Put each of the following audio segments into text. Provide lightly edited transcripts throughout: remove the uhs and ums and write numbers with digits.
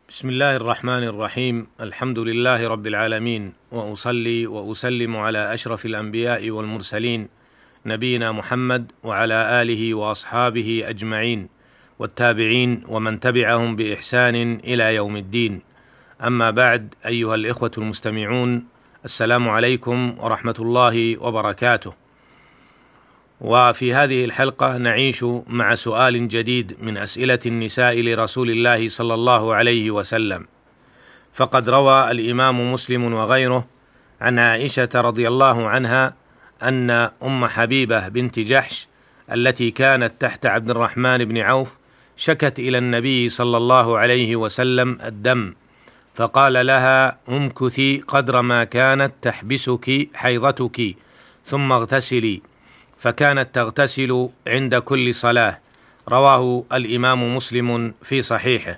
بسم الله الرحمن الرحيم. الحمد لله رب العالمين، وأصلي وأسلم على أشرف الأنبياء والمرسلين نبينا محمد وعلى آله وأصحابه أجمعين والتابعين ومن تبعهم بإحسان إلى يوم الدين. أما بعد، أيها الإخوة المستمعون، السلام عليكم ورحمة الله وبركاته. وفي هذه الحلقة نعيش مع سؤال جديد من أسئلة النساء لرسول الله صلى الله عليه وسلم. فقد روى الإمام مسلم وغيره عن عائشة رضي الله عنها أن أم حبيبة بنت جحش التي كانت تحت عبد الرحمن بن عوف شكت إلى النبي صلى الله عليه وسلم الدم، فقال لها: امكثي قدر ما كانت تحبسك حيضتك ثم اغتسلي، فكانت تغتسل عند كل صلاة. رواه الإمام مسلم في صحيحه.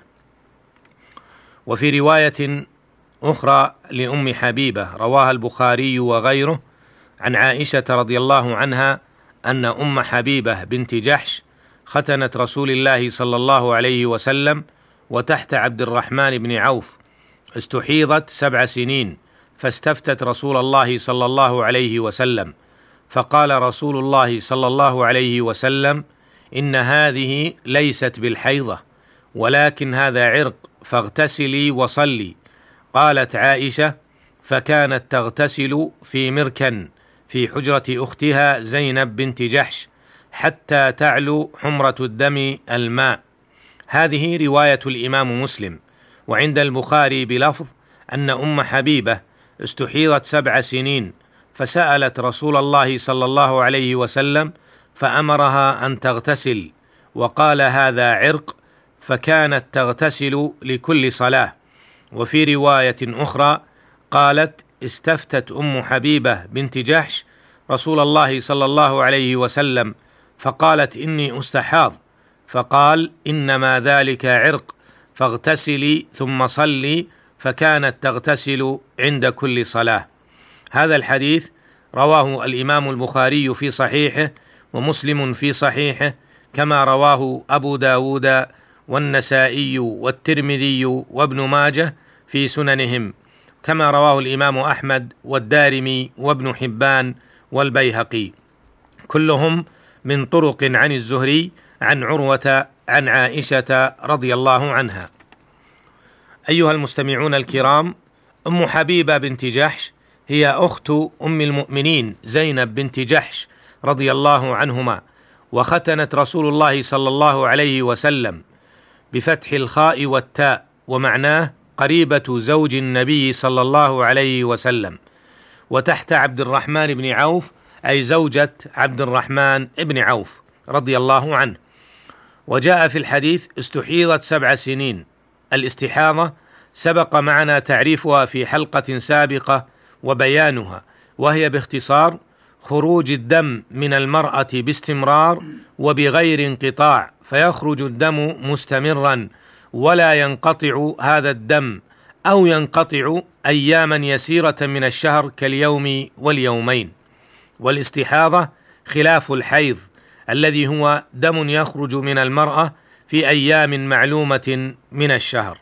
وفي رواية أخرى لأم حبيبة رواها البخاري وغيره عن عائشة رضي الله عنها أن أم حبيبة بنت جحش ختنت رسول الله صلى الله عليه وسلم وتحت عبد الرحمن بن عوف، استحيضت 7 سنين، فاستفتت رسول الله صلى الله عليه وسلم، فقال رسول الله صلى الله عليه وسلم: إن هذه ليست بالحيضة، ولكن هذا عرق، فاغتسلي وصلي. قالت عائشة: فكانت تغتسل في مركن في حجرة أختها زينب بنت جحش حتى تعلو حمرة الدم الماء. هذه رواية الإمام مسلم. وعند البخاري بلفظ أن أم حبيبة استحيضت 7 سنين، فسألت رسول الله صلى الله عليه وسلم فأمرها أن تغتسل، وقال: هذا عرق، فكانت تغتسل لكل صلاة. وفي رواية أخرى قالت: استفتت أم حبيبة بنت جحش رسول الله صلى الله عليه وسلم فقالت: إني أستحاض، فقال: إنما ذلك عرق، فاغتسلي ثم صلي، فكانت تغتسل عند كل صلاة. هذا الحديث رواه الإمام البخاري في صحيحه ومسلم في صحيحه، كما رواه أبو داود والنسائي والترمذي وابن ماجه في سننهم، كما رواه الإمام أحمد والدارمي وابن حبان والبيهقي، كلهم من طرق عن الزهري عن عروة عن عائشة رضي الله عنها. أيها المستمعون الكرام، أم حبيبة بنت جحش هي أخت أم المؤمنين زينب بنت جحش رضي الله عنهما، وختنت رسول الله صلى الله عليه وسلم بفتح الخاء والتاء، ومعناه قريبة زوج النبي صلى الله عليه وسلم، وتحت عبد الرحمن بن عوف أي زوجة عبد الرحمن بن عوف رضي الله عنه. وجاء في الحديث: استحيضت 7 سنين. الاستحاضة سبق معنا تعريفها في حلقة سابقة وبيانها، وهي باختصار خروج الدم من المرأة باستمرار وبغير انقطاع، فيخرج الدم مستمرا ولا ينقطع هذا الدم، أو ينقطع أياما يسيرة من الشهر كاليوم واليومين. والاستحاضة خلاف الحيض الذي هو دم يخرج من المرأة في أيام معلومة من الشهر.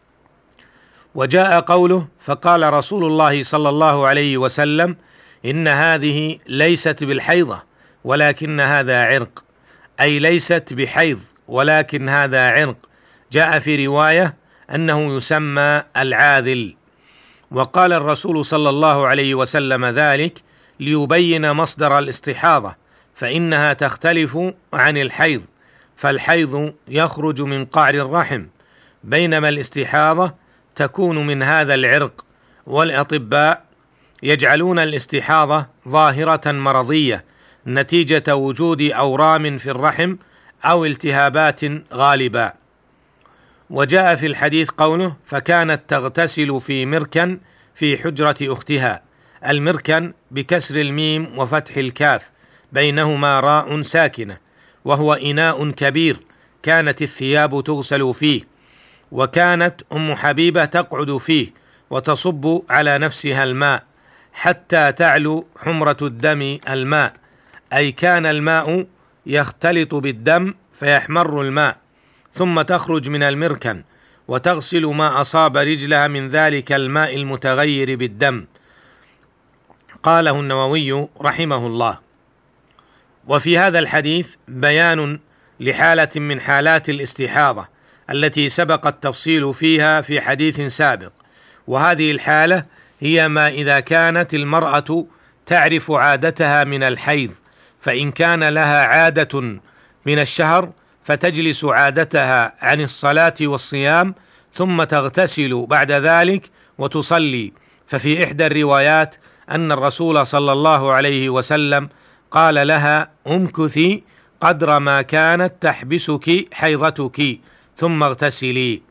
وجاء قوله: فقال رسول الله صلى الله عليه وسلم: إن هذه ليست بالحيضة، ولكن هذا عرق، أي ليست بحيض ولكن هذا عرق. جاء في رواية أنه يسمى العاذل. وقال الرسول صلى الله عليه وسلم ذلك ليبين مصدر الاستحاضة، فإنها تختلف عن الحيض، فالحيض يخرج من قعر الرحم، بينما الاستحاضة تكون من هذا العرق. والأطباء يجعلون الاستحاضة ظاهرة مرضية نتيجة وجود أورام في الرحم أو التهابات غالبا. وجاء في الحديث قوله: فكانت تغتسل في مركن في حجرة أختها. المركن بكسر الميم وفتح الكاف، بينهما راء ساكنة، وهو إناء كبير كانت الثياب تغسل فيه، وكانت أم حبيبة تقعد فيه وتصب على نفسها الماء حتى تعلو حمرة الدم الماء، أي كان الماء يختلط بالدم فيحمر الماء، ثم تخرج من المركن وتغسل ما أصاب رجلها من ذلك الماء المتغير بالدم. قاله النووي رحمه الله. وفي هذا الحديث بيان لحالة من حالات الاستحاضة التي سبق التفصيل فيها في حديث سابق، وهذه الحالة هي ما إذا كانت المرأة تعرف عادتها من الحيض، فإن كان لها عادة من الشهر فتجلس عادتها عن الصلاة والصيام ثم تغتسل بعد ذلك وتصلي. ففي إحدى الروايات أن الرسول صلى الله عليه وسلم قال لها: امكثي قدر ما كانت تحبسك حيضتك ثم اغتسلي.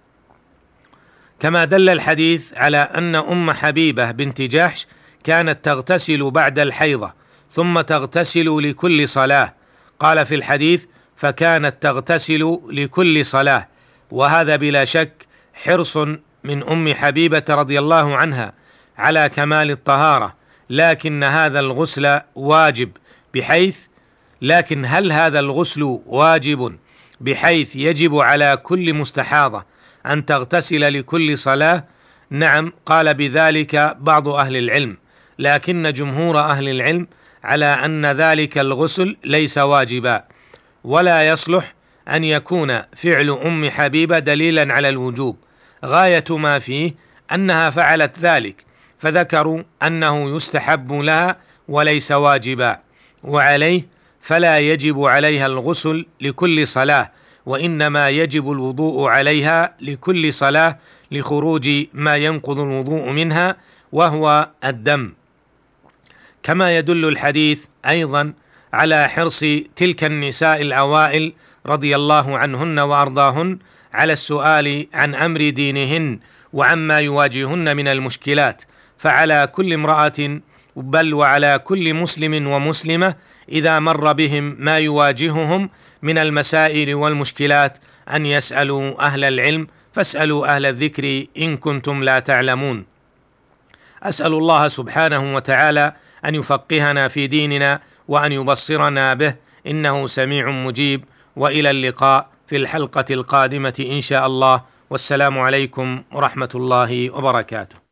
كما دل الحديث على أن أم حبيبة بنت جحش كانت تغتسل بعد الحيضة ثم تغتسل لكل صلاة. قال في الحديث: فكانت تغتسل لكل صلاة. وهذا بلا شك حرص من أم حبيبة رضي الله عنها على كمال الطهارة، لكن هذا الغسل واجب لكن هل هذا الغسل واجب بحيث يجب على كل مستحاضة أن تغتسل لكل صلاة؟ نعم، قال بذلك بعض أهل العلم، لكن جمهور أهل العلم على أن ذلك الغسل ليس واجبا، ولا يصلح أن يكون فعل أم حبيبة دليلا على الوجوب، غاية ما فيه أنها فعلت ذلك، فذكروا أنه يستحب لها وليس واجبا، وعليه فلا يجب عليها الغسل لكل صلاة، وإنما يجب الوضوء عليها لكل صلاة لخروج ما ينقض الوضوء منها وهو الدم. كما يدل الحديث أيضا على حرص تلك النساء الأوائل رضي الله عنهن وأرضاهن على السؤال عن أمر دينهن وعما يواجهن من المشكلات، فعلى كل امرأة بل وعلى كل مسلم ومسلمة إذا مر بهم ما يواجههم من المسائل والمشكلات أن يسألوا أهل العلم، فاسألوا أهل الذكر إن كنتم لا تعلمون. أسأل الله سبحانه وتعالى أن يفقهنا في ديننا وأن يبصرنا به، إنه سميع مجيب. وإلى اللقاء في الحلقة القادمة إن شاء الله، والسلام عليكم ورحمة الله وبركاته.